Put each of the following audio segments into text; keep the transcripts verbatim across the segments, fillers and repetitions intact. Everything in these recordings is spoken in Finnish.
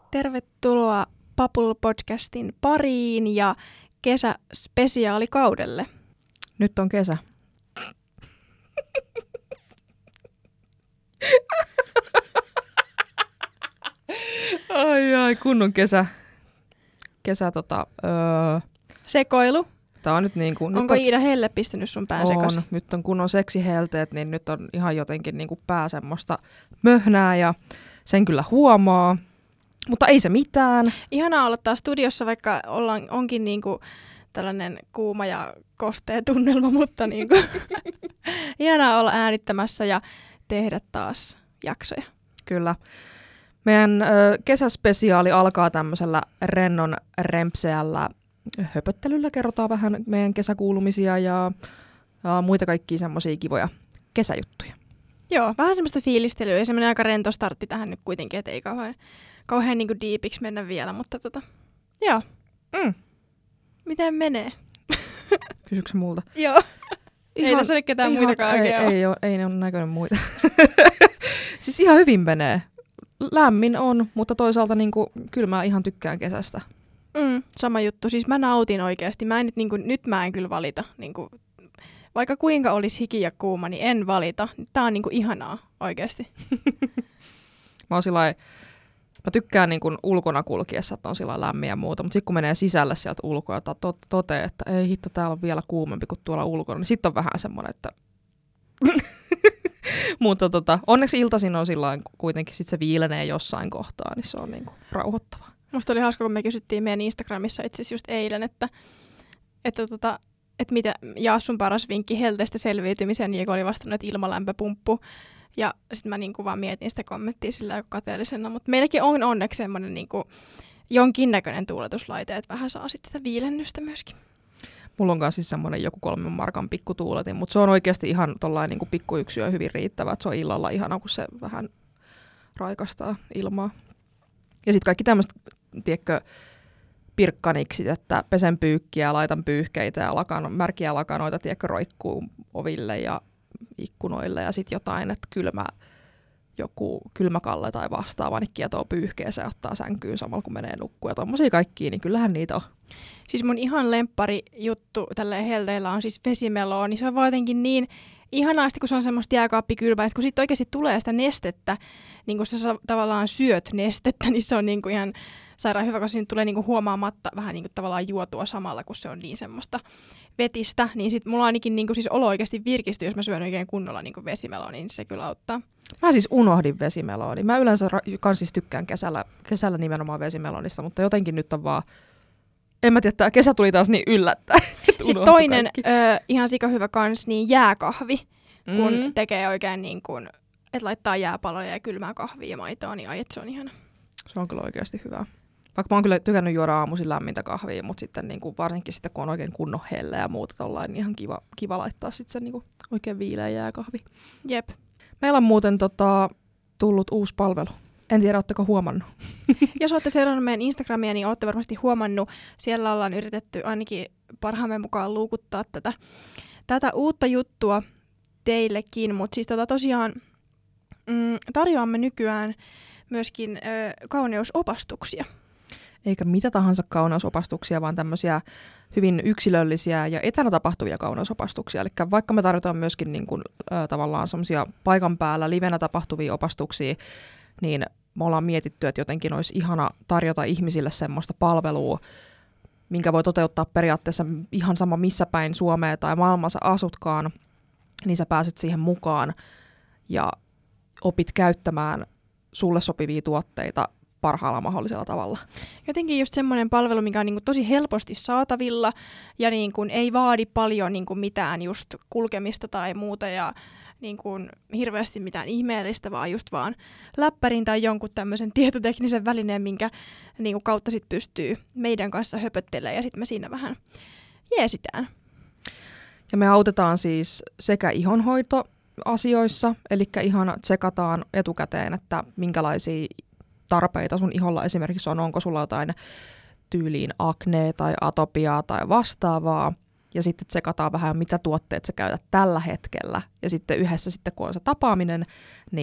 Tervetuloa Papul-podcastin pariin ja kesäspesiaalikaudelle. Nyt on kesä. ai ai, kunnon kesä. Kesä tota... Öö... Sekoilu. Tää on nyt niinku... Onko nyt on, Iida Helle pistänyt sun pään sekaisin? On. Nyt on kunnon seksihelteet, niin nyt on ihan jotenkin niinku pää semmoista möhnää ja sen kyllä huomaa. Mutta ei se mitään. Ihanaa olla taas studiossa, vaikka ollaan, onkin niinku tällainen kuuma ja kostea tunnelma, mutta niinku ihanaa olla äänittämässä ja tehdä taas jaksoja. Kyllä. Meidän ö, kesäspesiaali alkaa tämmöisellä rennon rempseällä höpöttelyllä. Kerrotaan vähän meidän kesäkuulumisia ja, ja muita kaikkia semmoisia kivoja kesäjuttuja. Joo, vähän semmoista fiilistelyä ja semmoinen aika rento startti tähän nyt kuitenkin, että ei kauhean, kauhean niinku diipiksi mennä vielä, mutta tota, joo. Mm. Miten menee? Kysyksä multa? Joo. Ihan, ei tässä ole ketään ihan, muitakaan ei, oikein ei, ole, ei ne ole näköinen muita. Siis ihan hyvin menee. Lämmin on, mutta toisaalta niinku, kyllä mä ihan tykkään kesästä. Mm, sama juttu. Siis mä nautin oikeasti. Mä en nyt, niinku, nyt mä en kyllä valita. Niinku, vaikka kuinka olisi hiki ja kuuma, niin en valita. Tää on niinku ihanaa oikeasti. Mä oon sillai, mä tykkään niin kuin ulkona kulkiessa, että on sillä lämmin ja muuta, mutta sitten kun menee sisälle sieltä ulkoa ja to- toteaa, että ei hitto, täällä on vielä kuumempi kuin tuolla ulkona, niin sitten on vähän semmoinen, että... mutta tota, onneksi iltaisin on sillain kuitenkin sit se viilenee jossain kohtaa, niin se on niinku rauhoittavaa. Musta oli hauska, kun me kysyttiin meidän Instagramissa itse asiassa just eilen, että, että, tota, että mitä jaa sun paras vinkki helteestä selviytymiseen, niin oli vastannut, että ilmalämpöpumppu. Ja sitten mä niinku vaan mietin sitä kommenttia sillä kateellisena, mutta meilläkin on onneksi semmoinen niinku jonkinnäköinen tuuletuslaite, että vähän saa sitten tätä viilennystä myöskin. Mulla on siis semmoinen joku kolmen markan pikkutuuletin, mutta se on oikeasti ihan tollain niinku pikkuyksiö hyvin riittävä, että se on illalla ihana, kun se vähän raikastaa ilmaa. Ja sitten kaikki tämmöiset, tiedätkö, pirkkaniksit, että pesen pyykkiä, laitan pyyhkeitä ja lakano, märkiä lakanoita, tiedätkö, roikkuu oville ja ikkunoille ja sitten jotain, että kylmä, joku kylmäkalle tai vastaava, niin kietoo pyyhkeeseen ja ottaa sänkyyn samalla kun menee nukkua ja tommosia kaikkia, niin kyllähän niitä on. Siis mun ihan lemppari juttu tälleen helteillä on siis vesimeloa, niin se on vaan jotenkin niin ihanaasti, kun se on semmoista jääkaappikylmää, että kun sitten oikeasti tulee sitä nestettä, niin kun sä tavallaan syöt nestettä, niin se on niinku ihan sairaan hyvä, koska siinä tulee niinku huomaamatta vähän niinku tavallaan juotua samalla, kun se on niin semmoista vetistä, niin sit mulla ainakin niinku siis olo oikeasti virkistyy, jos mä syön oikein kunnolla niinku vesimeloa, niin se kyllä auttaa. Mä siis unohdin vesimeloni. Mä yleensä ra- kans siis tykkään kesällä, kesällä nimenomaan vesimelonista, mutta jotenkin nyt on vaan, en mä tiedä, tää kesä tuli taas niin yllättäen. Sitten toinen ö, ihan sika hyvä kans, niin jääkahvi, kun mm. tekee oikein niin kuin, että laittaa jääpaloja ja kylmää kahvia ja maitoa, niin ai, että se on ihana. Se on kyllä oikeasti hyvä. Vaikka mä oon kyllä tykännyt juoda aamuisin lämmintä kahvia, mutta sitten niin kuin, varsinkin sitten kun on oikein kunnon helle ja muuta tollain, niin ihan kiva, kiva laittaa sitten se niin kuin, oikein viileä jääkahvi. Jep. Meillä on muuten tota, tullut uusi palvelu. En tiedä, ootteko huomannut. Jos olette seurannut meidän Instagramia, niin olette varmasti huomannut. Siellä ollaan yritetty ainakin parhaamme mukaan luukuttaa tätä, tätä uutta juttua teillekin. Mutta siis tota, tosiaan mm, tarjoamme nykyään myöskin ö, kauneusopastuksia. Eikä mitä tahansa kauneusopastuksia, vaan tämmöisiä hyvin yksilöllisiä ja etänä tapahtuvia kauneusopastuksia. Eli vaikka me tarjotaan myöskin niin kuin, ö, tavallaan semmoisia paikan päällä livenä tapahtuvia opastuksia, niin me ollaan mietitty, että jotenkin olisi ihana tarjota ihmisille semmoista palvelua, minkä voi toteuttaa periaatteessa ihan sama missä päin Suomea tai maailmassa asutkaan, niin sä pääset siihen mukaan ja opit käyttämään sulle sopivia tuotteita parhaalla mahdollisella tavalla. Jotenkin just semmoinen palvelu, mikä on niin kuin tosi helposti saatavilla ja niin kuin ei vaadi paljon niin kuin mitään just kulkemista tai muuta ja niin kuin hirveästi mitään ihmeellistä, vaan just vaan läppärin tai jonkun tämmöisen tietoteknisen välineen, minkä niin kuin kautta sit pystyy meidän kanssa höpöttelemään ja sitten me siinä vähän jeesitään. Ja me autetaan siis sekä ihonhoitoasioissa, eli ihan tsekataan etukäteen, että minkälaisia tarpeita sun iholla esimerkiksi on, onko sulla jotain tyyliin aknea tai atopiaa tai vastaavaa. Ja sitten tsekataan vähän, mitä tuotteet sä käytät tällä hetkellä. Ja sitten yhdessä sitten, kun on se tapaaminen, niin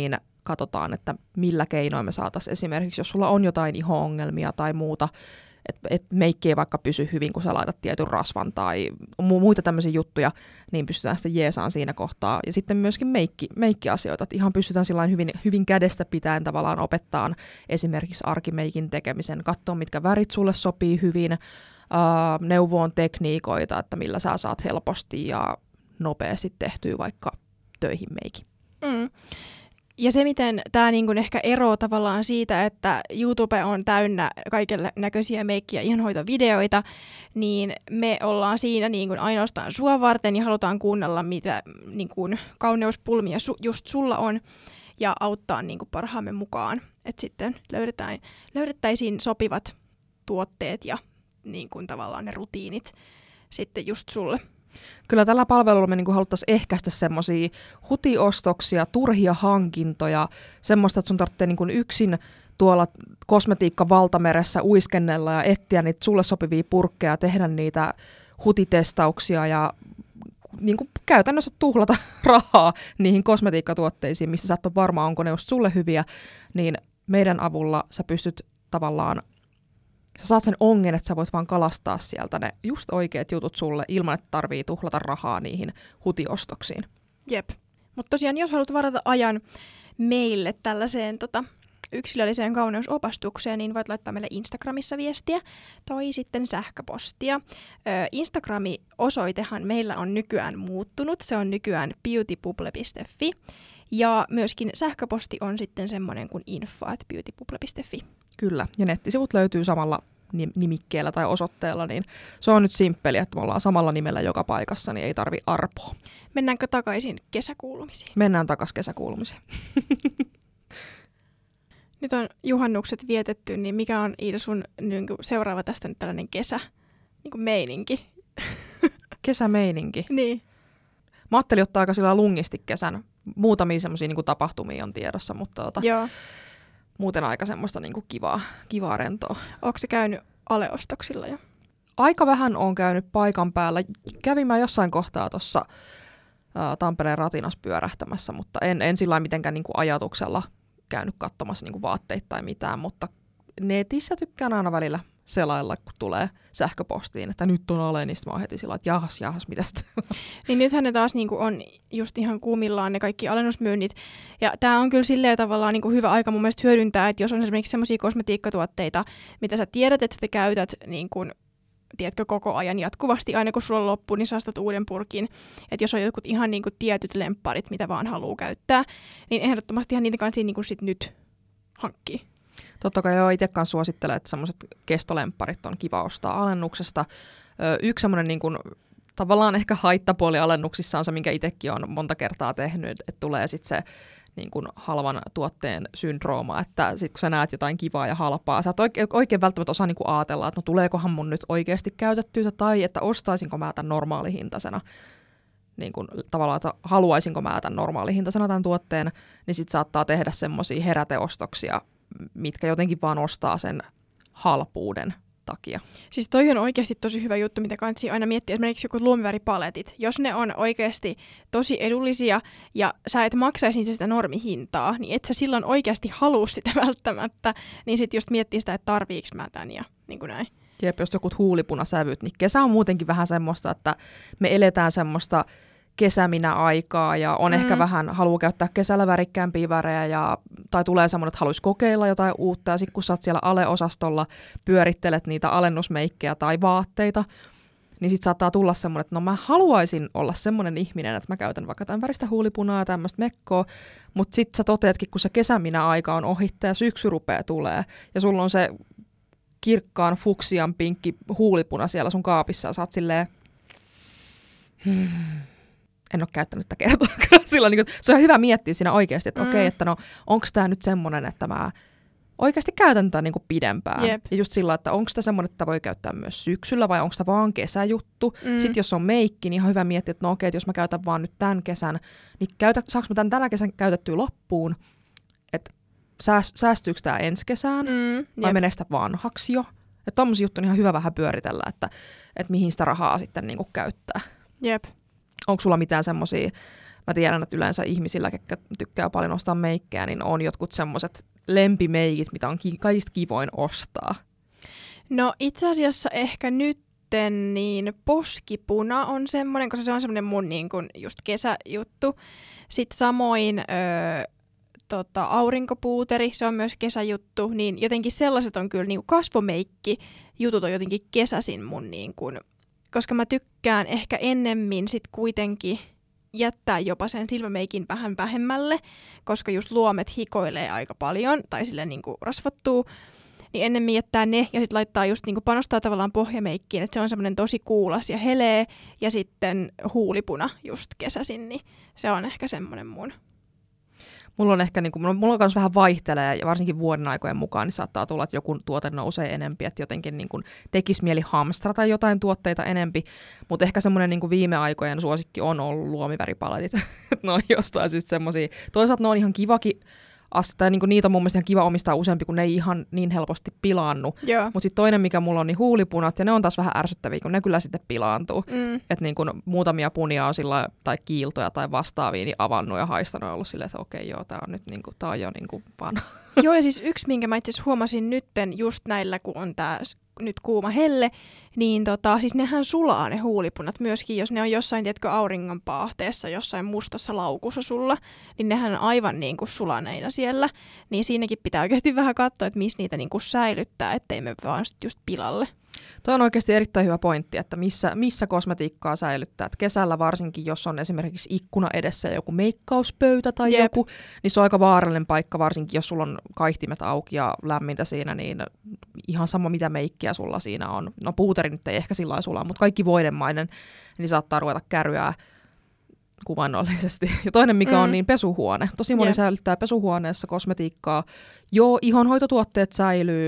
katsotaan, että millä keinoin me saataisiin esimerkiksi, jos sulla on jotain iho-ongelmia tai muuta, että et meikki ei vaikka pysy hyvin, kun sä laitat tietyn rasvan tai mu- muita tämmöisiä juttuja, niin pystytään sitten jeesaan siinä kohtaa. Ja sitten myöskin meikki, meikkiasioita, että ihan pystytään sillain hyvin, hyvin kädestä pitäen tavallaan opettaa esimerkiksi arkimeikin tekemisen, katsoa mitkä värit sulle sopii hyvin, uh, neuvoon tekniikoita, että millä sä saat helposti ja nopeasti tehtyä vaikka töihin meikin. Mm. Ja se, miten tämä niinku ehkä eroaa tavallaan siitä, että YouTube on täynnä kaiken näköisiä meikki- ja ihanhoitovideoita, niin me ollaan siinä niinku ainoastaan sua varten ja halutaan kuunnella, mitä niinku kauneuspulmia su- just sulla on ja auttaa niinku parhaamme mukaan. Että sitten löydetään, löydettäisiin sopivat tuotteet ja niinku tavallaan ne rutiinit sitten just sulle. Kyllä tällä palvelulla me niinku haluttaisiin ehkäistä semmoisia hutiostoksia, turhia hankintoja, semmoista, että sun tarvitsee niinku yksin tuolla kosmetiikka-valtameressä uiskennella ja etsiä niitä sulle sopivia purkkeja, tehdä niitä hutitestauksia ja niinku käytännössä tuhlata rahaa niihin kosmetiikkatuotteisiin, missä sä et ole varma, onko ne just sulle hyviä, niin meidän avulla sä pystyt tavallaan sä saat sen ongen, että sä voit vaan kalastaa sieltä ne just oikeat jutut sulle ilman, että tarvii tuhlata rahaa niihin hutiostoksiin. Jep. Mutta tosiaan, jos haluat varata ajan meille tällaiseen tota, yksilölliseen kauneusopastukseen, niin voit laittaa meille Instagramissa viestiä tai sitten sähköpostia. Ö, Instagrami-osoitehan meillä on nykyään muuttunut. Se on nykyään beautypuble piste fi. Ja myöskin sähköposti on sitten semmoinen kuin info at beautypuble piste fi. Kyllä, ja nettisivut löytyy samalla nimikkeellä tai osoitteella, niin se on nyt simppeli, että me ollaan samalla nimellä joka paikassa, niin ei tarvi arpoa. Mennäänkö takaisin kesäkuulumisiin? Mennään takaisin kesäkuulumisiin. Nyt on juhannukset vietetty, niin mikä on, Iida, sun niin kuin seuraava tästä nyt tällainen kesä niin kuin meininki? Kesämeininki? Niin. Mä ajattelin ottaa aika sillä lungisti kesän. Muutamia semmoisia niin kuin tapahtumia on tiedossa, mutta tota, Joo. muuten aika semmoista niin kuin kivaa, kivaa rentoa. Onko se käynyt aleostoksilla jo? Aika vähän on käynyt paikan päällä. Kävin mä jossain kohtaa tuossa Tampereen Ratinas pyörähtämässä, mutta en, en sillä mitenkään niin kuin ajatuksella käynyt katsomassa niin kuin vaatteita tai mitään, mutta netissä tykkään aina välillä selailla, kun tulee sähköpostiin, että nyt on ale, niin mä oon heti sillä, että jahas, jahas, mitäs Niin nythän ne taas niinku on just ihan kuumillaan ne kaikki alennusmyynnit. Ja tää on kyllä silleen tavallaan niinku hyvä aika mun mielestä hyödyntää, että jos on esimerkiksi semmoisia kosmetiikkatuotteita, mitä sä tiedät, että sä käytät niin kun, tiedätkö, koko ajan jatkuvasti, aina kun sulla on loppu, niin sä ostat uuden purkin. Että jos on jotkut ihan niinku tietyt lempparit, mitä vaan haluaa käyttää, niin ehdottomasti ihan niitä kanssa niinku sit nyt hankkii. Totta kai joo, itse kanssa suosittelen, että semmoiset kestolempparit on kiva ostaa alennuksesta. Ö, yksi semmoinen niin kuin, tavallaan ehkä haittapuoli alennuksissa on se, minkä itsekin on monta kertaa tehnyt, että tulee sitten se niin kuin halvan tuotteen syndrooma, että sitten kun sä näet jotain kivaa ja halpaa, sä et oikein, oikein välttämättä osaa niin kuin ajatella, että no tuleekohan mun nyt oikeasti käytettyä tai että ostaisinko mä tämän normaalihintaisena. Niin kuin, tavallaan, että haluaisinko mä tämän normaalihintaisena tämän tuotteen, niin sitten saattaa tehdä semmoisia heräteostoksia, mitkä jotenkin vaan ostaa sen halpuuden takia. Siis toi on oikeasti tosi hyvä juttu, mitä kansi aina miettiä. Esimerkiksi joku luomiväripaletit. Jos ne on oikeasti tosi edullisia ja sä et maksaisi niistä sitä normihintaa, niin et sä silloin oikeasti halua sitä välttämättä. Niin sit just miettii sitä, että tarviiks mä tän ja niin kuin näin. Jep, jos joku huulipunasävyt, niin kesä on muutenkin vähän semmoista, että me eletään semmoista kesäminä aikaa ja on mm. ehkä vähän, haluaa käyttää kesällä värikkäämpiä värejä ja, tai tulee semmoinen, että haluaisi kokeilla jotain uutta ja sitten kun sä oot siellä ale-osastolla, pyörittelet niitä alennusmeikkejä tai vaatteita, niin sitten saattaa tulla semmoinen, että no mä haluaisin olla semmoinen ihminen, että mä käytän vaikka tämän väristä huulipunaa ja tämmöistä mekkoa, mutta sitten sä toteatkin, kun se kesäminä aika on ohitte ja syksy rupeaa tulee ja sulla on se kirkkaan fuksian pinkki huulipuna siellä sun kaapissa ja sä oot silleen hmm. En ole käyttänyt tätä kertaakaan. Silloin, niin kuin, se on hyvä miettiä siinä oikeasti, että mm. okei, että no onko tämä nyt semmoinen, että mä oikeasti käytän tätä niin kuin pidempään. Yep. Ja just sillä, että onko tämä semmoinen, että voi käyttää myös syksyllä vai onko tämä vaan kesäjuttu. Mm. Sitten jos on meikki, niin ihan hyvä miettiä, että no okei, että jos mä käytän vaan nyt tämän kesän, niin käytä, saanko mä tämän tänä kesän käytettyä loppuun? Että säästyykö tämä ensi kesään mm. vai menee sitä vanhaksi jo? Että tommosia juttuja on ihan hyvä vähän pyöritellä, että, että mihin sitä rahaa sitten niin kuin käyttää. Jep. Onko sulla mitään semmosia mä tiedän, että yleensä ihmisillä, ketkä tykkää paljon ostaa meikkejä, niin on jotkut semmoiset lempimeikit, mitä on ki- kaikista kivoin ostaa. No itse asiassa ehkä nytten niin poskipuna on semmoinen, koska se on semmoinen mun niin kun just kesäjuttu. Sitten samoin öö, tota, aurinkopuuteri, se on myös kesäjuttu, niin jotenkin sellaiset on kyllä niin kuin kasvomeikki, jutut on jotenkin kesäisin mun niin kuin, koska mä tykkään ehkä ennemmin sit kuitenkin jättää jopa sen silmämeikin vähän vähemmälle, koska just luomet hikoilee aika paljon tai sille niin kuin rasvattuu, niin ennemmin jättää ne ja sitten laittaa just niin kuin panostaa tavallaan pohjameikkiin, että se on semmoinen tosi kuulas ja helee ja sitten huulipuna just kesäisin, niin se on ehkä semmoinen mun. Mulla on ehkä, niin kuin, mulla on myös vähän vaihtelee, ja varsinkin vuoden aikojen mukaan, niin saattaa tulla, että joku tuote nousee enempi, että jotenkin niin kuin, tekisi mieli hamstrata jotain tuotteita enempi, mutta ehkä semmoinen niin kuin viime aikojen suosikki on ollut luomiväripaletit. Ne on jostain syystä semmosia. Toisaalta ne on ihan kivakin, tai niin kuin niitä on mun mielestä ihan kiva omistaa useampi, kun ne ei ihan niin helposti pilaannu. Mutta sitten toinen, mikä mulla on, niin huulipunat, ja ne on taas vähän ärsyttäviä, kun ne kyllä sitten pilaantuu. Mm. Että niin kuin muutamia punia on sillä, tai kiiltoja tai vastaavia, niin avannut ja haistanut ja ollut silleen, että okei, joo, tää on nyt niin kuin, tää on jo niin kuin vanha. Joo, ja siis yksi, minkä mä itse asiassa huomasin nytten just näillä, kun on tää nyt kuuma helle, niin tota, siis nehän sulaa ne huulipunat myöskin, jos ne on jossain, tiedätkö, auringon paahteessa, jossain mustassa laukussa sulla, niin nehän on aivan niin kuin sulaneina siellä, niin siinäkin pitää oikeasti vähän katsoa, että missä niitä niin kuin säilyttää, ettei me vaan sit just pilalle. Tuo on oikeasti erittäin hyvä pointti, että missä, missä kosmetiikkaa säilyttää. Et kesällä varsinkin, jos on esimerkiksi ikkuna edessä joku meikkauspöytä tai Jep. joku, niin se on aika vaarallinen paikka, varsinkin jos sulla on kaihtimet auki ja lämmintä siinä, niin ihan sama mitä meikkiä sulla siinä on. No puuteri nyt ei ehkä sillä lailla sulaa, mutta kaikki voidemainen, niin saattaa ruveta kärryää kuvannollisesti. Ja toinen mikä mm. on, niin pesuhuone. Tosi moni Jep. säilyttää pesuhuoneessa kosmetiikkaa. Joo, ihonhoitotuotteet säilyy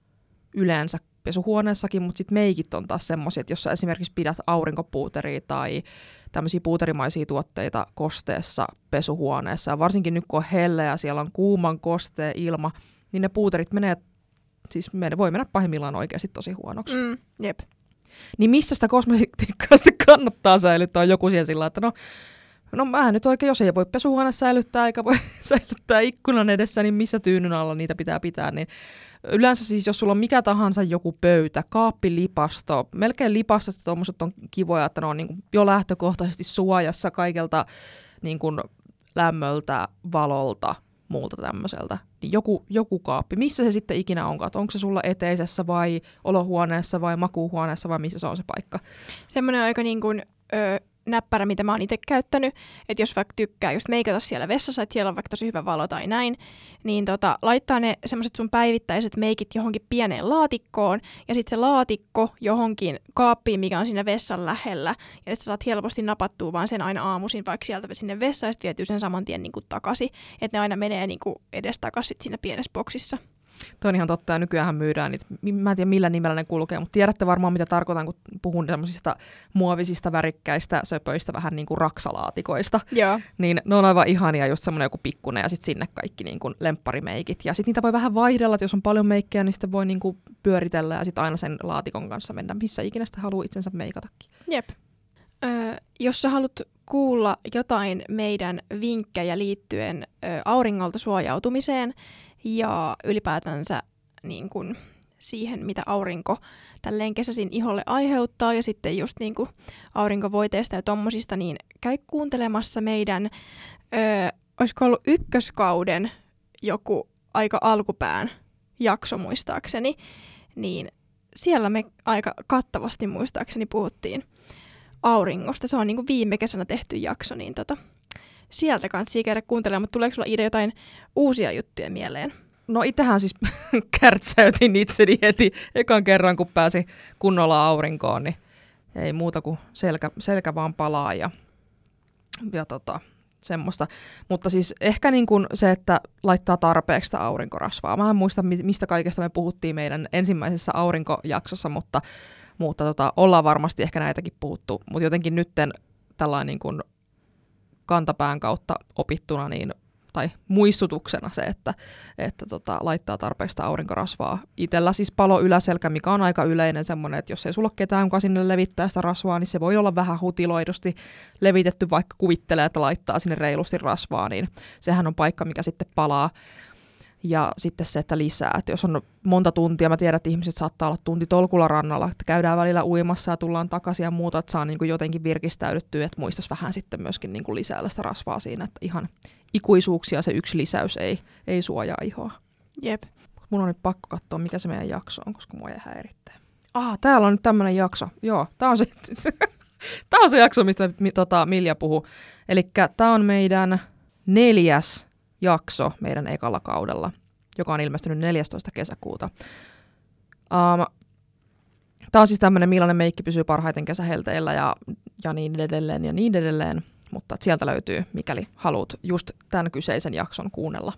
yleensä pesuhuoneessakin, mutta sitten meikit on taas semmoisia, että jos sä esimerkiksi pidät aurinkopuuteria tai tämmöisiä puuterimaisia tuotteita kosteessa pesuhuoneessa, ja varsinkin nyt kun on helle ja siellä on kuuman kosteen ilma, niin ne puuterit menee, siis menee, voi mennä pahimmillaan oikeasti tosi huonoksi. Mm, jep. Niin missä sitä kosmetiikkaa sitten kannattaa säilyttää joku siellä sillä, että no, no mä nyt oikein, jos ei voi pesuhuone säilyttää eikä voi säilyttää ikkunan edessä, niin missä tyynyn alla niitä pitää pitää, niin yleensä siis, jos sulla on mikä tahansa joku pöytä, kaappi, lipasto, melkein lipastot ja tommoset on kivoja, että ne on niinku jo lähtökohtaisesti suojassa kaikelta niinku lämmöltä, valolta, muulta tämmöiseltä. Niin joku, joku kaappi, missä se sitten ikinä onkaan, onko se sulla eteisessä vai olohuoneessa vai makuuhuoneessa vai missä se on se paikka? Semmoinen aika niin kuin, ö, näppärä, mitä mä oon itse käyttänyt, että jos vaikka tykkää just meikata siellä vessassa, että siellä on vaikka tosi hyvä valo tai näin, niin tota, laittaa ne semmoiset sun päivittäiset meikit johonkin pieneen laatikkoon, ja sitten se laatikko johonkin kaappiin, mikä on siinä vessan lähellä, ja että sä saat helposti napattua vaan sen aina aamuisin vaikka sieltä sinne vessaan, ja sitten vietyy sen saman tien niin kuin takaisin, että ne aina menee niin kuin edestakaisin siinä pienessä boksissa. Tuo on ihan totta, ja nykyään myydään niitä, mä en tiedä millä nimellä ne kulkee, mutta tiedätte varmaan mitä tarkoitan, kun puhun semmoisista muovisista, värikkäistä, söpöistä, vähän niin kuin raksalaatikoista. Joo. Niin ne on aivan ihania, just semmoinen joku pikkunen, ja sitten sinne kaikki niin kuin lempparimeikit. Ja sitten niitä voi vähän vaihdella, että jos on paljon meikkejä, niin sitten voi niin kuin pyöritellä, ja sitten aina sen laatikon kanssa mennä, missä ikinä sitä haluaa itsensä meikatakin. Jep. Öö, jos sä haluat kuulla jotain meidän vinkkejä liittyen ö, auringolta suojautumiseen, ja ylipäätänsä niin kun, siihen, mitä aurinko tälleen kesäisin iholle aiheuttaa, ja sitten just niin kuin aurinkovoiteista ja tommosista, niin käy kuuntelemassa meidän, ö, olisiko ollut ykköskauden joku aika alkupään jakso muistaakseni, niin siellä me aika kattavasti muistaakseni puhuttiin auringosta. Se on niin kuin viime kesänä tehty jakso, niin tota, sieltä kannattaa käydä kuuntelemaan, mutta tuleeko sulla Ida jotain uusia juttuja mieleen? No itsehän siis kärtsäytin itseni heti ekan kerran, kun pääsi kunnolla aurinkoon, niin ei muuta kuin selkä, selkä vaan palaa ja, ja tota, semmoista. Mutta siis ehkä niin kuin se, että laittaa tarpeeksi sitä aurinkorasvaa. Mä en muista, mistä kaikesta me puhuttiin meidän ensimmäisessä aurinkojaksossa, mutta, mutta tota, ollaan varmasti ehkä näitäkin puhuttu. Mutta jotenkin nytten tällainen niin kuin kantapään kautta opittuna, niin tai muistutuksena se, että, että tota, laittaa tarpeeksi aurinkorasvaa. Itellä siis palo yläselkä, mikä on aika yleinen semmoinen, että jos ei sulla ole ketään, kuka sinne levittää sitä rasvaa, niin se voi olla vähän hutiloidusti levitetty, vaikka kuvittelee, että laittaa sinne reilusti rasvaa, niin sehän on paikka, mikä sitten palaa. Ja sitten se, että lisää, että jos on monta tuntia, mä tiedän, että ihmiset saattaa olla tunti tolkulla rannalla, että käydään välillä uimassa ja tullaan takaisin ja muuta, että saa niin kuin jotenkin virkistäydyttyä, että muistaisi vähän sitten myöskin niin kuin lisäillä sitä rasvaa siinä, että ihan ikuisuuksia se yksi lisäys ei, ei suojaa ihoa. Jep. Mun on nyt pakko katsoa, mikä se meidän jakso on, koska mua ei häirittää. Ah, täällä on nyt tämmönen jakso. Joo, tää on se, tää on se jakso, mistä me, tota, Milja puhuu. Elikkä tää on meidän neljäs jakso meidän ekalla kaudella, joka on ilmestynyt neljästoista kesäkuuta. Um, Tämä on siis tämmöinen, millainen meikki pysyy parhaiten kesähelteillä ja, ja niin edelleen ja niin edelleen, mutta sieltä löytyy, mikäli haluat just tämän kyseisen jakson kuunnella.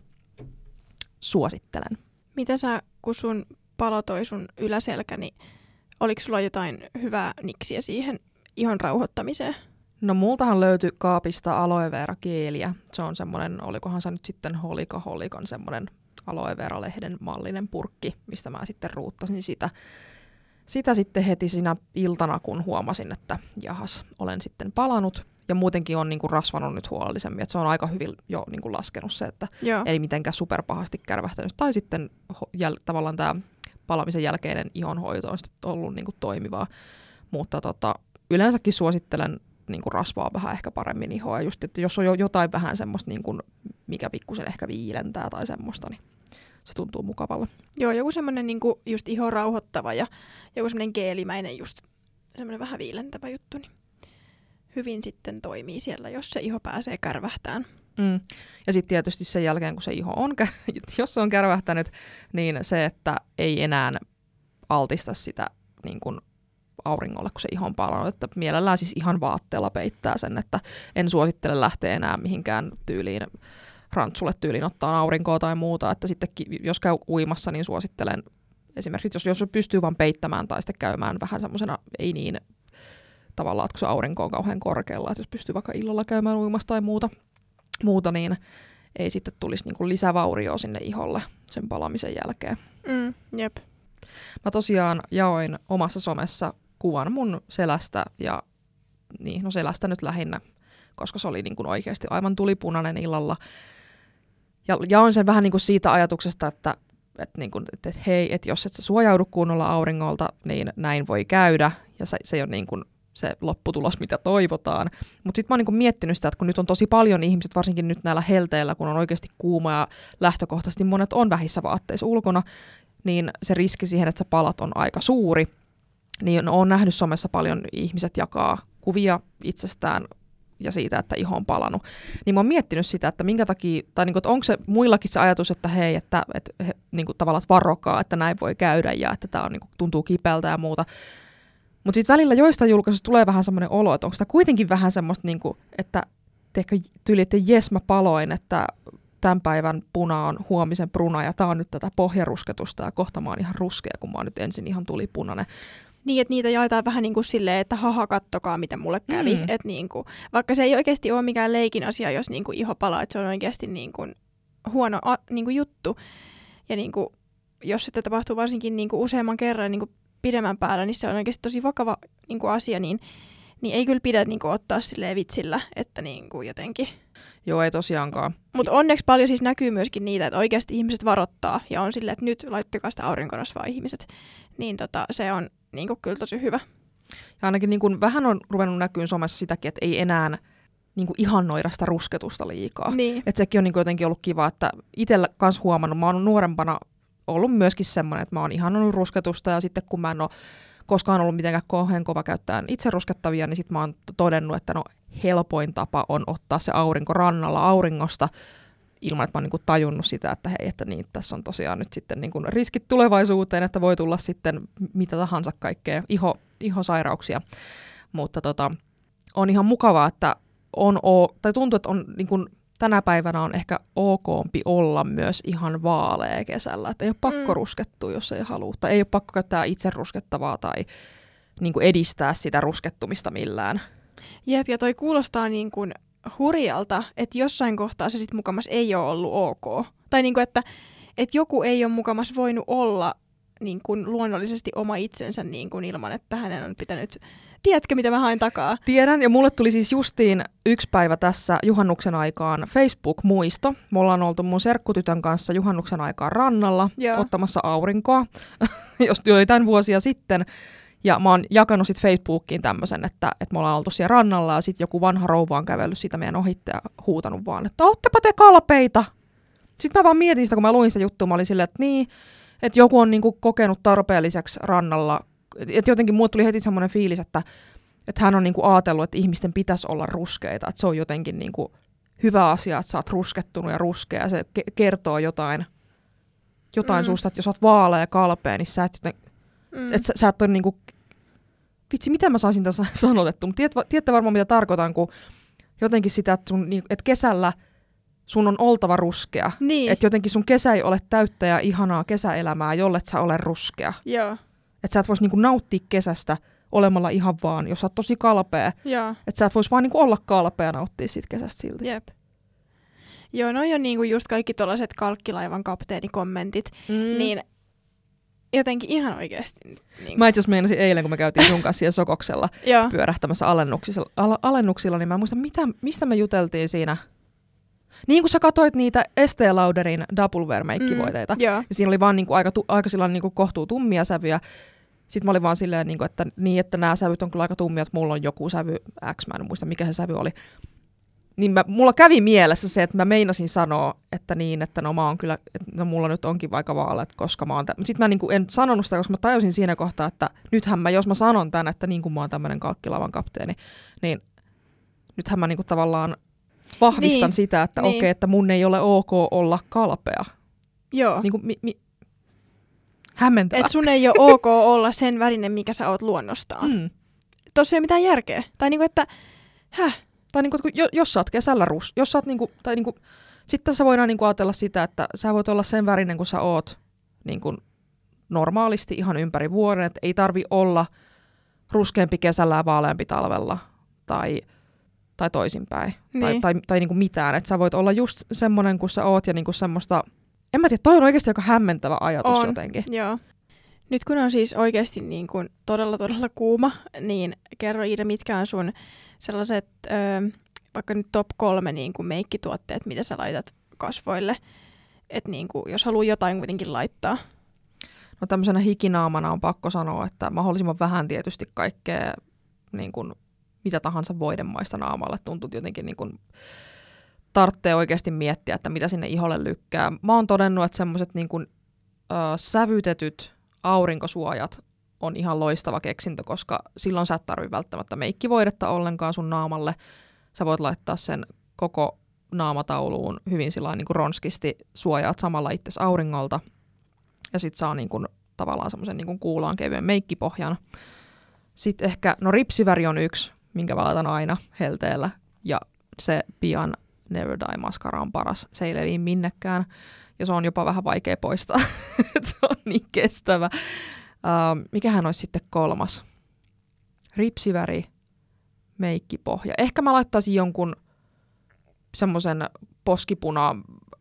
Suosittelen. Mitä sä, kun sun palo toi sun yläselkä, niin oliko sulla jotain hyvää niksiä siihen ihon rauhoittamiseen? No multahan löytyi kaapista aloe vera geeliä. Se on semmoinen, olikohan se nyt sitten Holika Holikon semmoinen aloe vera-lehden mallinen purkki, mistä mä sitten ruuttasin sitä. Sitä sitten heti siinä iltana, kun huomasin, että jahas, olen sitten palannut. Ja muutenkin on niinku rasvanut nyt huolellisemmin, että se on aika hyvin jo niinku laskenut se, että Joo. ei mitenkään superpahasti kärvähtänyt. Tai sitten jäl- tavallaan tämä palamisen jälkeinen ihonhoito on sitten ollut niinku toimivaa. Mutta tota, yleensäkin suosittelen niinku rasvaa vähän ehkä paremmin ihoa. Just, että jos on jo jotain vähän semmoista, niinku, mikä pikkusen ehkä viilentää tai semmoista, niin se tuntuu mukavalla. Joo, joku semmoinen niinku just ihon rauhoittava ja joku semmoinen geelimäinen just semmoinen vähän viilentävä juttu, niin hyvin sitten toimii siellä, jos se iho pääsee kärvähtään. Mm. Ja sitten tietysti sen jälkeen, kun se iho on, jos se on kärvähtänyt, niin se, että ei enää altista sitä niin kuin auringolle, kun se iho on palannut. Että mielellään siis ihan vaatteella peittää sen, että en suosittele lähteä enää mihinkään tyyliin, rantsulle tyyliin ottaa aurinkoa tai muuta. Että sitten jos käy uimassa, niin suosittelen esimerkiksi, jos, jos pystyy vaan peittämään tai sitten käymään vähän semmoisena, ei niin tavallaan, että kun se aurinko on kauhean korkealla, että jos pystyy vaikka illalla käymään uimassa tai muuta, muuta niin ei sitten tulisi niinku lisävaurioa sinne iholle sen palamisen jälkeen. Mm, jep. Mä tosiaan jaoin omassa somessa kuvan mun selästä, ja niin, no selästä nyt lähinnä, koska se oli niin kuin oikeasti aivan tulipunainen illalla. Ja jaoin sen vähän niin kuin siitä ajatuksesta, että, että, niin kuin, että hei, että jos et sä suojaudu kunnolla auringolta, niin näin voi käydä, ja se, se ei ole niin kuin se lopputulos, mitä toivotaan. Mutta sitten mä oon niinku miettinyt sitä, että kun nyt on tosi paljon ihmiset, varsinkin nyt näillä helteillä, kun on oikeasti kuuma ja lähtökohtaisesti monet on vähissä vaatteissa ulkona, niin se riski siihen, että sä palat, on aika suuri. Niin oon nähnyt somessa paljon ihmiset jakaa kuvia itsestään ja siitä, että iho on palannut. Niin mä oon miettinyt sitä, että minkä takia, tai niinku, että onko se muillakin se ajatus, että hei, että, että he, niinku, tavallaan varokaa, että näin voi käydä ja että tämä niinku, tuntuu kipeältä ja muuta. Mutta sitten välillä joista julkaisuista tulee vähän semmoinen olo, että onko sitä kuitenkin vähän semmoista, niinku, että teekö tyyli, että jes mä paloin, että tämän päivän puna on huomisen pruna ja tää on nyt tätä pohjarusketusta ja kohta mä oon ihan ruskea, kun mä oon nyt ensin ihan tuli punainen. Niin, että niitä jaetaan vähän niin kuin silleen, että haha, kattokaa, miten mulle kävi. Mm. Et niin kuin, vaikka se ei oikeasti ole mikään leikin asia, jos niin kuin iho palaa, että se on oikeasti niin kuin huono a, niin kuin juttu. Ja niin kuin, jos se tapahtuu varsinkin niin kuin useamman kerran niin kuin pidemmän päällä, niin se on oikeasti tosi vakava niin kuin asia, niin, niin ei kyllä pidä niin kuin ottaa silleen vitsillä, että niin kuin jotenkin. Joo, ei tosiaankaan. Mutta onneksi paljon siis näkyy myöskin niitä, että oikeasti ihmiset varoittaa ja on silleen, että nyt laittakaa sitä aurinkorasvaa ihmiset. Niin tota, se on niin kuin kyllä tosi hyvä. Ja ainakin niin kuin vähän on ruvennut näkyyn somessa sitäkin, että ei enää niin kuin ihannoida sitä rusketusta liikaa. Niin. Että sekin on niin kuin jotenkin ollut kiva, että itsellä kanssa huomannut, mä oon nuorempana ollut myöskin semmoinen, että mä oon ihannonut rusketusta ja sitten kun mä en ole koskaan ollut mitenkään kauhean kova käyttämään itse ruskettavia, niin sitten mä oon todennut, että no helpoin tapa on ottaa se aurinko rannalla auringosta ilman, että mä oon niinku tajunnut sitä, että hei, että niin, tässä on tosiaan nyt sitten niinku riskit tulevaisuuteen, että voi tulla sitten mitä tahansa kaikkea iho, ihosairauksia. Mutta tota, on ihan mukavaa, että on, o, tai tuntuu, että on niinku, tänä päivänä on ehkä okompi olla myös ihan vaalea kesällä. Että ei ole pakko mm. ruskettua, jos ei halua. Tai ei ole pakko käyttää itse ruskettavaa tai niin kuin edistää sitä ruskettumista millään. Jep, ja toi kuulostaa niin kuin hurjalta, että jossain kohtaa se sitten mukamas ei ole ollut ok. Tai niinku, että, että joku ei ole mukamas voinut olla niin kuin luonnollisesti oma itsensä niin kuin ilman, että hänen on pitänyt... Tiedätkö, mitä mä hain takaa? Tiedän, ja mulle tuli siis justiin yksi päivä tässä juhannuksen aikaan Facebook-muisto. Me ollaan oltu mun serkkutytön kanssa juhannuksen aikaan rannalla Joo. ottamassa aurinkoa joitain vuosia sitten. Ja mä oon jakanut sit Facebookiin tämmöisen, että, että me ollaan oltu siellä rannalla ja sit joku vanha rouva on kävellyt siitä meidän ohitte ja huutanut vaan, että oottepa te kalpeita. Sitten mä vaan mietin sitä, kun mä luin sitä juttua, mä olin silleen, että niin, että joku on niinku kokenut tarpeelliseksi rannalla. Että jotenkin mulle tuli heti semmoinen fiilis, että, että hän on niinku ajatellut, että ihmisten pitäisi olla ruskeita. Että se on jotenkin niinku hyvä asia, että sä oot ruskettunut ja ruskea. Ja se ke- kertoo jotain, jotain mm. susta, että jos oot vaalea ja kalpea, niin sä et, joten, mm. et sä, sä et ole niinku... Vitsi, miten mä saisin tässä sanotettu? Mutta tiedät, tiedätte varmaan, mitä tarkoitan, kun jotenkin sitä, että, sun, että kesällä sun on oltava ruskea. Niin. Että jotenkin sun kesä ei ole täyttä ja ihanaa kesäelämää, jollet sä ole ruskea. Joo. Että sä et vois niinku nauttia kesästä olemalla ihan vaan, jos sä oot tosi kalpea. Että sä et vois vaan niinku olla kalpea ja nauttia siitä kesästä silti. Jep. Joo, noi on niinku just kaikki tollaiset kalkkilaivan kapteenikommentit. Mm. Niin jotenkin ihan oikeasti. Niin. Mä itse asiassa meinasin eilen, kun me käytiin sun kanssa siellä Sokoksella pyörähtämässä alennuksilla, al- alennuksilla, niin mä muistan, mitä, mistä me juteltiin siinä. Niin kuin sä katsoit niitä Estee Lauderin Double Wear-meikkivoiteita. Mm, ja siinä oli vaan niinku aika, tu- aika sillä niinku kohtuu tummia sävyjä. Sitten mä olin vaan silleen, niinku, että niin, että nämä sävyt on kyllä aika tummia, että mulla on joku sävy X, mä en muista mikä se sävy oli. Niin mä, mulla kävi mielessä se, että mä meinasin sanoa, että niin, että no mä oon kyllä, että no mulla nyt onkin vaikka vaaleat, koska mä oon tä- Sitten mä niinku en sanonut sitä, koska mä tajusin siinä kohtaa, että nythän mä, jos mä sanon tän, että niin kuin mä oon tämmönen kalkkilavan kapteeni, niin nythän mä niinku tavallaan vahvistan niin, sitä, että niin. okei, okay, että mun ei ole ok olla kalpea. Joo. Niinku, mi, mi, hämmentävä. Et sun ei ole ok olla sen värinen, mikä sä oot luonnostaan. Mm. Tossa ei ole mitään järkeä. Tai niinku, että häh? Tai niinku, jos sä oot kesällä rus, jos sä oot niinku, tai niinku, sitten tässä voidaan niinku ajatella sitä, että sä voit olla sen värinen, kun sä oot niinku normaalisti ihan ympäri vuoden, että ei tarvi olla ruskeampi kesällä ja vaaleampi talvella, tai, tai toisinpäin, niin. tai, tai, tai niinku mitään, että sä voit olla just semmoinen, kun sä oot, ja niinku semmoista, en mä tiedä, toi on oikeasti aika hämmentävä ajatus on, jotenkin. Joo. Nyt kun on siis oikeasti niin kuin todella todella kuuma, niin kerro Iida, mitkä on sun sellaiset, öö, vaikka nyt top kolme niin kuin meikkituotteet, mitä sä laitat kasvoille, että niin kuin, jos haluaa jotain kuitenkin laittaa. No tämmöisenä hikinaamana on pakko sanoa, että mahdollisimman vähän tietysti kaikkea niin kuin, mitä tahansa voidemaista naamalle tuntuu jotenkin niin kuin, tarvitsee oikeasti miettiä, että mitä sinne iholle lykkää. Mä oon todennut, että semmoiset niin kuin, ö, sävytetyt aurinkosuojat on ihan loistava keksintö, koska silloin sä et tarvitse välttämättä meikkivoidetta ollenkaan sun naamalle. Sä voit laittaa sen koko naamatauluun hyvin sillain niin kuin ronskisti, suojaat samalla itsesi auringolta. Ja sit saa niin kuin, tavallaan semmoisen niin kuin kuulaan kevyen meikkipohjan. Sitten ehkä, no ripsiväri on yksi, minkä mä laitan aina helteellä. Ja se pian Never Die Mascara on paras. Se ei leviä minnekään. Ja se on jopa vähän vaikea poistaa. Se on niin kestävä. Uh, mikähän olisi sitten kolmas? Ripsiväri, meikkipohja. Ehkä mä laittaisin jonkun semmoisen poskipuna,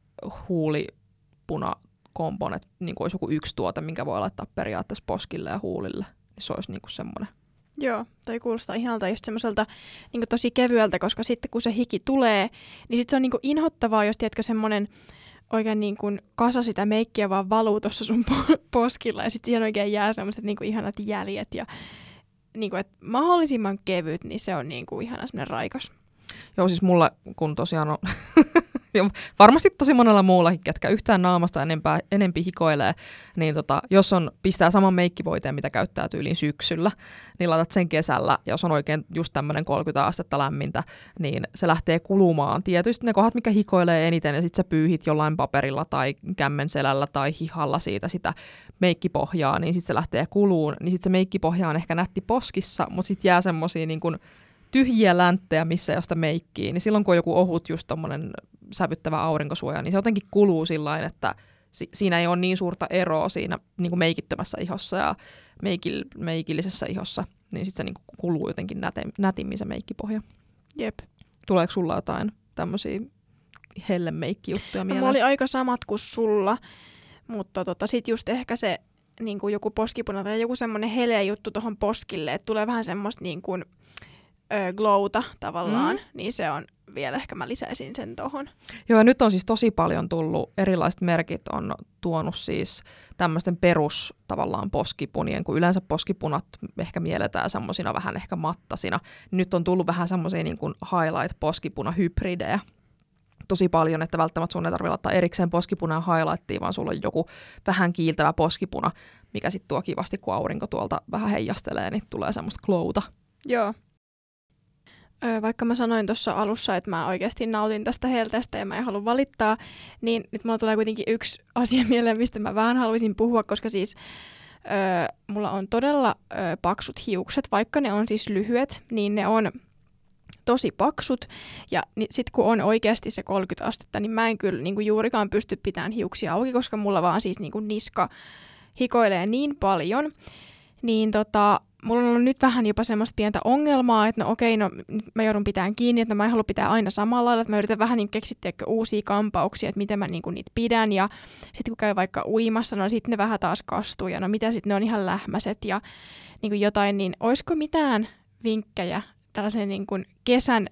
huulipuna kombon, että niin olisi joku yksi tuote, minkä voi laittaa periaatteessa poskille ja huulille. Niin se olisi niin kuin semmoinen. Joo, toi kuulostaa ihanalta just semmoiselta niin tosi kevyeltä, koska sitten kun se hiki tulee, niin sitten se on niin kuin inhottavaa, jos tiedätkö semmoinen oikein niin kuin kasa sitä meikkiä vaan valuu tuossa sun po- poskilla ja sitten siihen oikein jää semmoiset niin kuin ihanat jäljet ja niin kuin, että mahdollisimman kevyt, niin se on niin kuin ihana semmoinen raikas. Joo, siis mulla, kun tosiaan on varmasti tosi monella muullakin, ketkä yhtään naamasta enempää, enempi hikoilee, niin tota, jos on, pistää saman meikkivoiteen, mitä käyttää tyyliin syksyllä, niin laitat sen kesällä, ja jos on oikein just tämmöinen kolmekymmentä astetta lämmintä, niin se lähtee kulumaan. Tietysti ne kohdat, mikä hikoilee eniten, ja sit sä pyyhit jollain paperilla tai kämmenselällä tai hihalla siitä sitä meikkipohjaa, niin sit se lähtee kuluun, niin sit se meikkipohja on ehkä nätti poskissa, mutta sit jää semmosia niin kuin tyhjiä länttejä, missä josta meikkii, niin silloin kun on joku ohut just tommonen sävyttävä aurinkosuoja, niin se jotenkin kuluu sillain, että si- siinä ei ole niin suurta eroa siinä niin kuin meikittömässä ihossa ja meikil- meikillisessä ihossa, niin sitten se niin kuin kuluu jotenkin näte- nätimmin se meikkipohja. Jep. Tuleeko sulla jotain tämmöisiä hellemeikki-juttuja mieleen? No, mulla oli aika samat kuin sulla, mutta tota, sit just ehkä se niin kuin joku poskipuna tai joku semmoinen heleä juttu tuohon poskille, että tulee vähän semmoista niin kuin, ö, glowta tavallaan, mm. niin se on vielä ehkä mä lisäisin sen tohon. Joo, ja nyt on siis tosi paljon tullut, erilaiset merkit on tuonut siis tämmöisten perus tavallaan poskipunien, kun yleensä poskipunat ehkä mielletään semmosina vähän ehkä mattasina. Nyt on tullut vähän semmoisia niin kuin highlight-poskipuna-hybridejä tosi paljon, että välttämättä sun ei tarvitse laittaa erikseen poskipunaa highlightiin, vaan sulla on joku vähän kiiltävä poskipuna, mikä sitten tuo kivasti, kun aurinko tuolta vähän heijastelee, niin tulee semmoista glowta. Joo. Öö, vaikka mä sanoin tuossa alussa, että mä oikeasti nautin tästä helteestä ja mä en halua valittaa, niin nyt mulla tulee kuitenkin yksi asia mieleen, mistä mä vähän haluaisin puhua, koska siis öö, mulla on todella öö, paksut hiukset, vaikka ne on siis lyhyet, niin ne on tosi paksut, ja ni, sit kun on oikeasti se kolmekymmentä astetta, niin mä en kyllä niin kuin juurikaan pysty pitämään hiuksia auki, koska mulla vaan siis niin kuin niska hikoilee niin paljon, niin tota, mulla on ollut nyt vähän jopa semmoista pientä ongelmaa, että no okei, no mä joudun pitämään kiinni, että no, mä en halua pitää aina samalla lailla, että mä yritän vähän niin keksiä uusia kampauksia, että miten mä niin kuin niitä pidän, ja sitten kun käy vaikka uimassa, no sitten ne vähän taas kastuu, ja no mitä sitten ne on ihan lähmäiset, ja niin kuin jotain, niin olisiko mitään vinkkejä tällaisen niin kuin kesän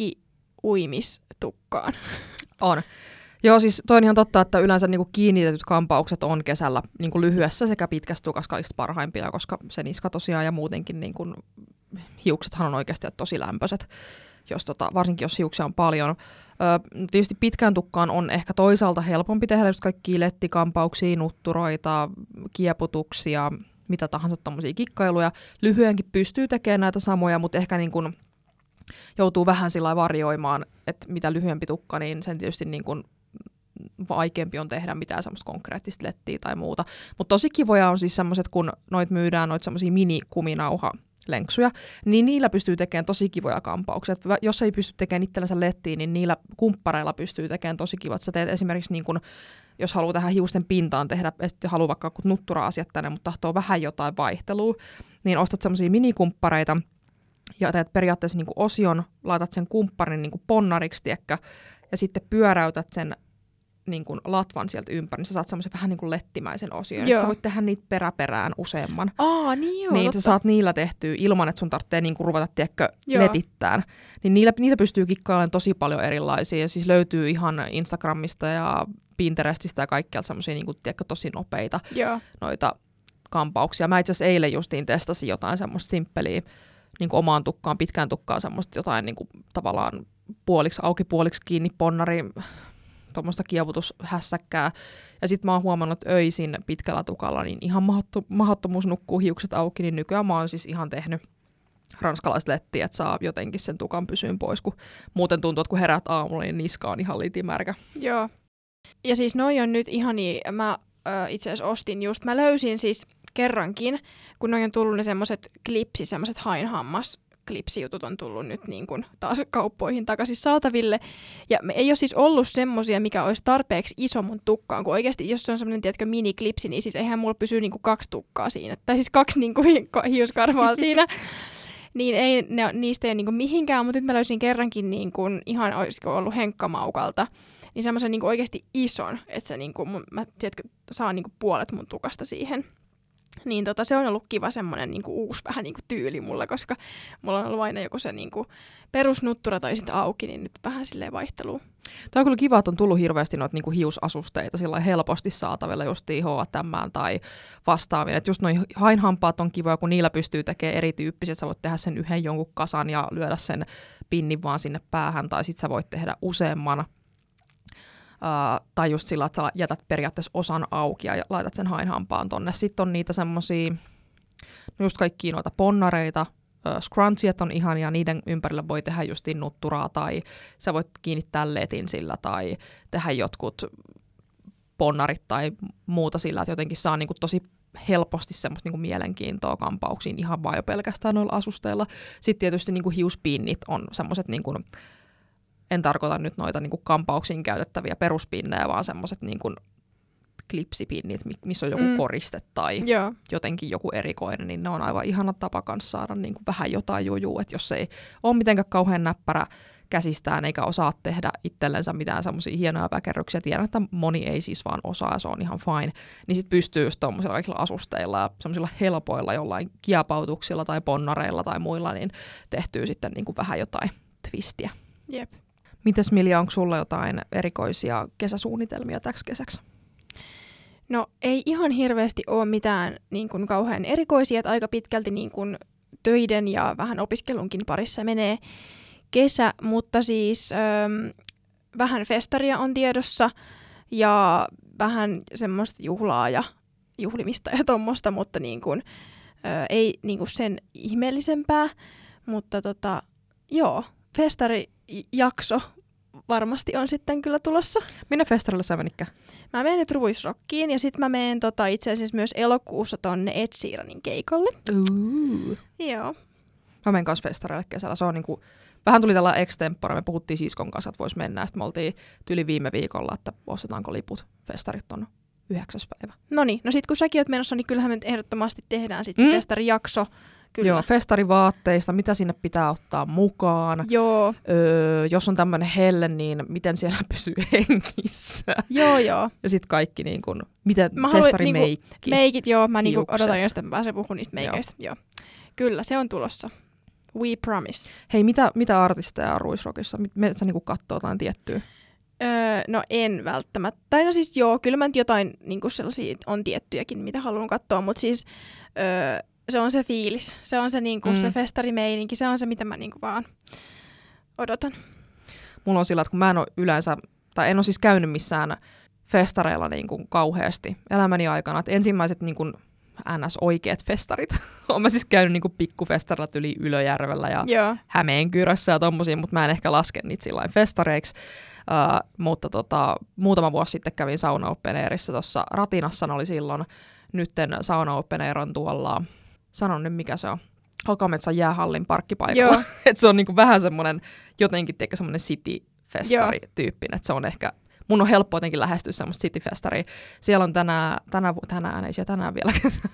hiki-uimistukkaan? On. Joo, siis toi on ihan totta, että yleensä niin kuin kiinnitetyt kampaukset on kesällä niin kuin lyhyessä sekä pitkässä tukassa kaikista parhaimpia, koska se niska tosiaan ja muutenkin niin kuin, hiuksethan on oikeasti tosi lämpöiset, jos tota, varsinkin jos hiuksia on paljon. Ö, tietysti pitkään tukkaan on ehkä toisaalta helpompi tehdä just kaikkia lettikampauksia, nutturoita, kieputuksia, mitä tahansa tommosia kikkailuja. Lyhyenkin pystyy tekemään näitä samoja, mutta ehkä niin kuin joutuu vähän sillä varjoimaan, että mitä lyhyempi tukka, niin sen tietysti niin kuin vaikeampi on tehdä mitään semmoista konkreettista lettiä tai muuta. Mutta tosi kivoja on siis semmoiset, kun noit myydään noita semmoisia mini-kuminauha-lenksuja, niin niillä pystyy tekemään tosi kivoja kampauksia. Et jos ei pysty tekemään itsellensä lettiä, niin niillä kumppareilla pystyy tekemään tosi kivat. Sä teet esimerkiksi niin kun, jos haluaa tähän hiusten pintaan tehdä, ja haluaa vaikka nuttura-asiat tänne, mutta tahtoo vähän jotain vaihtelua, niin ostat semmoisia minikumppareita, ja teet periaatteessa niin kuin osion, laitat sen kumpparin niin kuin ponnariksi, tiekkä, ja sitten pyöräytät sen niin kuin latvan sieltä ympäri, niin sä saat semmoisen vähän niin kuin lettimäisen osion. Sä voit tehdä niitä peräperään useamman. Aa, niin joo, niin totta. Sä saat niillä tehtyä ilman, että sun tarvitsee niin kuin ruveta, tiedätkö, letittään. Niin niillä, niitä pystyy kikkailemaan tosi paljon erilaisia. Ja siis löytyy ihan Instagramista ja Pinterestistä ja kaikkialta semmoisia niin kuin, tiedätkö, tosi nopeita joo. noita kampauksia. Mä itse asiassa eilen justiin testasin jotain semmoista simppeliä, niin kuin omaan tukkaan, pitkään tukkaan semmoista jotain niin kuin, tavallaan puoliksi auki, puoliksi kiinni ponnari, tuommoista kievutushässäkkää. Ja sitten mä oon huomannut, että öisin pitkällä tukalla niin ihan mahdottu, mahdottomuus nukkuu hiukset auki, niin nykyään mä oon siis ihan tehnyt ranskalaislettiä, että saa jotenkin sen tukan pysyyn pois, kun muuten tuntuu, että kun herät aamulla, niin niska on ihan litimärkä. Joo. Ja siis noi on nyt ihania, mä äh, itse asiassa ostin just, mä löysin siis kerrankin, kun noi on tullut ne semmoset klipsi, semmoset hainhammas, klipsijutut on tullut nyt niin kuin taas kauppoihin takaisin saataville. Ja me ei ole siis ollut semmosia, mikä olisi tarpeeksi iso mun tukkaan, kun oikeasti jos se on semmoinen, tiedätkö, mini-klipsi, niin siis eihän mulla pysyy niin kuin kaksi tukkaa siinä. Tai siis kaksi niin kuin hiuskarvaa siinä. Niin ei, ne, niistä ei ole niin kuin mihinkään, mutta nyt mä löysin kerrankin niin kuin, ihan olisiko ollut henkkamaukalta, niin semmoisen niin kuin oikeasti ison, että se niin kuin, mä tiedätkö, saan niin kuin puolet mun tukasta siihen. Niin tota, se on ollut kiva semmoinen niinku uusi vähän niinku tyyli mulla, koska mulla on ollut aina joku se niinku perusnuttura tai sitten auki, niin nyt vähän silleen vaihtelua. Tämä on kyllä kiva, että on tullut hirveästi noita niinku hiusasusteita sillä helposti saatavilla justiin H and M tai vastaavia. Et just noi hainhampaat on kivoja, kun niillä pystyy tekemään erityyppisiä. Sä voit tehdä sen yhden jonkun kasan ja lyödä sen pinnin vaan sinne päähän, tai sitten sä voit tehdä useamman. Uh, tai just sillä, että sä jätät periaatteessa osan auki ja laitat sen hainhampaan tonne. Sitten on niitä semmosia, no just kaikkia noita ponnareita, uh, scrunchiet on ihania, niiden ympärillä voi tehdä justiin nutturaa, tai sä voit kiinnittää letin sillä, tai tehdä jotkut ponnarit tai muuta sillä, että jotenkin saa niinku tosi helposti semmoista niinku mielenkiintoa kampauksiin ihan vaan jo pelkästään noilla asusteilla. Sitten tietysti niinku hiuspinnit on semmoiset niinku, en tarkoita nyt noita niin kuin kampauksiin käytettäviä peruspinnejä, vaan semmoiset niin kuin klipsipinnit, missä on joku mm. koriste tai Joo. jotenkin joku erikoinen, niin ne on aivan ihana tapa kanssa saada niin kuin vähän jotain jujua, että jos ei ole mitenkään kauhean näppärä käsistään eikä osaa tehdä itsellensä mitään semmoisia hienoja väkerryksiä. Tiedän, että moni ei siis vaan osaa ja se on ihan fine. Niin sit pystyy just tommosilla kaikilla asusteilla ja semmoisilla helpoilla jollain kiepautuksilla tai ponnareilla tai muilla, niin tehtyy sitten niin kuin vähän jotain twistiä. Jep. Mites Milja, onko sulla jotain erikoisia kesäsuunnitelmia täksi kesäksi? No ei ihan hirveästi ole mitään niin kuin kauhean erikoisia, että aika pitkälti niin kuin töiden ja vähän opiskelunkin parissa menee kesä, mutta siis äm, vähän festaria on tiedossa ja vähän semmoista juhlaa ja juhlimista ja tommoista, mutta niin kuin, ä, ei niin kuin sen ihmeellisempää, mutta tota, joo, festarijakso varmasti on sitten kyllä tulossa. Minne festarille sä menikään? Mä menen nyt Ruisrockiin ja sitten mä menen tota, itse asiassa myös elokuussa tonne Ed Sheeranin keikalle. Uh. Joo. Mä menen kanssa festareille kesällä. Se on niinku, vähän tuli tällä extempore. Me puhuttiin siskon kanssa, että vois mennä. Sitten me oltiin tyli viime viikolla, että ostetaanko liput. Festarit on yhdeksäs päivä. Noniin, no sit kun säkin oot menossa, niin kyllähän me nyt ehdottomasti tehdään sit se mm. festarijakso. Kyllä. Joo, festarivaatteista, mitä sinne pitää ottaa mukaan. Joo. Öö, jos on tämmöinen helle, niin miten siellä pysyy hengissä. Joo, joo. Ja sitten kaikki, niin kun, miten mä festarimeikki. Niinku, meikit, joo, mä niinku odotan, jos mä pääsen puhumaan niistä meikeistä. Joo. Joo. Kyllä, se on tulossa. We promise. Hei, mitä, mitä artisteja on Ruisrockissa? Menet sä niinku kattoo jotain tiettyä? Öö, no en välttämättä. Tai no siis joo, kyllä mä nyt jotain niinku sellaisia on tiettyjäkin, mitä haluan katsoa, mutta siis öö, se on se fiilis. Se on se, niinku, mm. se festarimeininki. Se on se, mitä mä niinku vaan odotan. Mulla on sillä, että kun mä en ole yleensä, tai en ole siis käynyt missään festareilla niinku kauheasti elämäni aikana. Että ensimmäiset niinku ns. Oikeat festarit. Olen mä siis käynyt niinku pikkufestarilla yli Ylöjärvellä ja Joo. Hämeenkyrössä ja tommosia, mutta mä en ehkä laske niitä sillain festareiksi. Uh, mutta tota, muutama vuosi sitten kävin Sauna Open Airissa tuossa Ratinassa, oli silloin. Nytten Sauna Open Air on tuolla, sanon nyt mikä se on, Hakametsän jäähallin parkkipaikalla. Että se on niinku vähän semmoinen, jotenkin teikö semmoinen city-festari-tyyppinen, että se on ehkä, mun on helppo jotenkin lähestyä semmoista city-festaria. Siellä on tänään, tänä, tänään, ei siellä tänään vielä,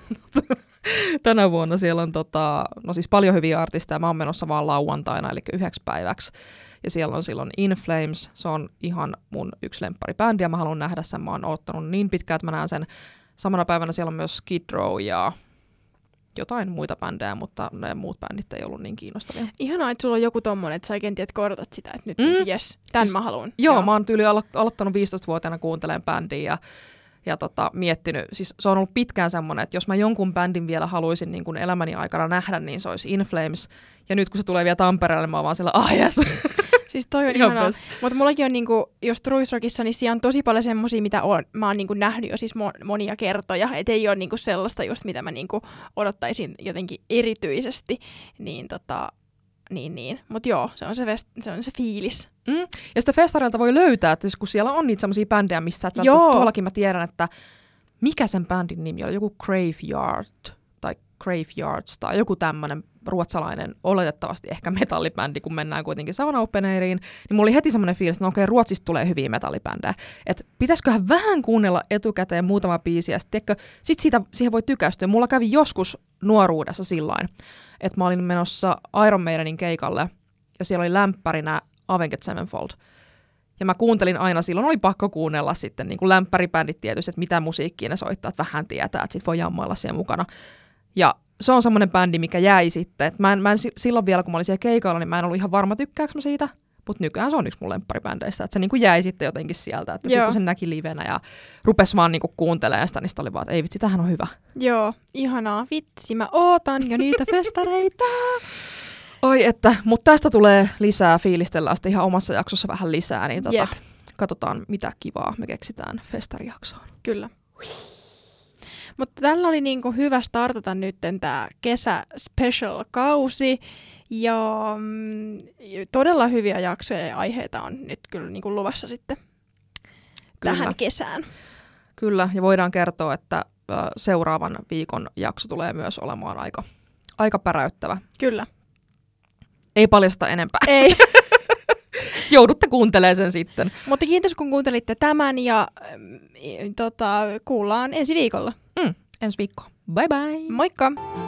tänä vuonna siellä on tota, no siis paljon hyviä artisteja, mä oon menossa vaan lauantaina, eli yhdeksi päiväksi. Ja siellä on silloin In Flames, se on ihan mun yksi lempparibändi, ja mä haluan nähdä sen, mä oon odottanut niin pitkään, että mä näen sen. Samana päivänä siellä on myös Skid Row ja jotain muita bändejä, mutta ne muut bändit ei ollut niin kiinnostavia. Ihanaa, että sulla on joku tommonen, että sä oikein tiedät, korotat sitä, että nyt mm. jes, tän mä haluun. Joo, joo, mä oon tyyli alo- aloittanut viisitoistavuotiaana kuuntelemaan bändiä ja, ja tota, miettinyt, siis se on ollut pitkään semmoinen, että jos mä jonkun bändin vielä haluaisin niin kuin elämäni aikana nähdä, niin se olisi In Flames. Ja nyt kun se tulee vielä Tampereelle, mä oon vaan siellä, ah jes. Siis toi on ihanaa. Mutta mullakin on niinku, just Ruisrockissa, niin siellä on tosi paljon semmosia, mitä on, mä oon niinku nähnyt jo siis mo- monia kertoja. Et ei ole niinku sellaista just, mitä mä niinku odottaisin jotenkin erityisesti. Niin tota, niin niin. Mut joo, se on se, vest- se, on se fiilis. Mm. Ja sitä festareilta voi löytää, että kun siellä on niitä semmosia bändejä, missä että tuollakin mä tiedän, että mikä sen bändin nimi oli, joku Graveyard tai Graveyards tai joku tämmönen ruotsalainen, oletettavasti ehkä metallibändi, kun mennään kuitenkin Sauna Open Airiin, niin mulla oli heti semmoinen fiilis, että no okei, Ruotsista tulee hyviä metallibändejä. Että pitäisiköhän vähän kuunnella etukäteen muutama biisi, ja sitten sit siitä, siihen voi tykästyä. Mulla kävi joskus nuoruudessa sillain, että mä olin menossa Iron Maidenin keikalle, ja siellä oli lämpärinä Avenged Sevenfold. Ja mä kuuntelin aina, silloin oli pakko kuunnella sitten niin kuin lämpäribändit tietysti, että mitä musiikkia ne soittaa, että vähän tietää, että sit voi jammailla siellä mukana. Ja se on semmoinen bändi, mikä jäi sitten. Mä en, mä en, silloin vielä, kun mä olin siellä keikalla, niin mä en ollut ihan varma tykkääkö mä siitä, mutta nykyään se on yksi mun lempparibändeistä. Että se niinku jäi sitten jotenkin sieltä, että sit, kun sen näki livenä ja rupesi vaan niinku kuuntelemaan sitä, niin sitä oli vaan, että ei vitsi, tämähän on hyvä. Joo, ihanaa. Vitsi, mä ootan jo niitä festareita. Oi että, mutta tästä tulee lisää, fiilistellään sitten ihan omassa jaksossa vähän lisää, niin tota, katsotaan mitä kivaa me keksitään festarijaksoon. Kyllä. Mutta tällä oli niinku hyvä startata nyt tämä kesä-special-kausi. Ja mm, todella hyviä jaksoja ja aiheita on nyt kyllä niinku luvassa sitten kyllä. Tähän kesään. Kyllä, ja voidaan kertoa, että äh, seuraavan viikon jakso tulee myös olemaan aika, aika päräyttävä. Kyllä. Ei paljasta enempää. Ei. Joudutte kuuntelemaan sen sitten. Mutta kiitos kun kuuntelitte tämän ja äh, tota, kuullaan ensi viikolla. Mm, ensi viikkoa. Bye bye. Moikka!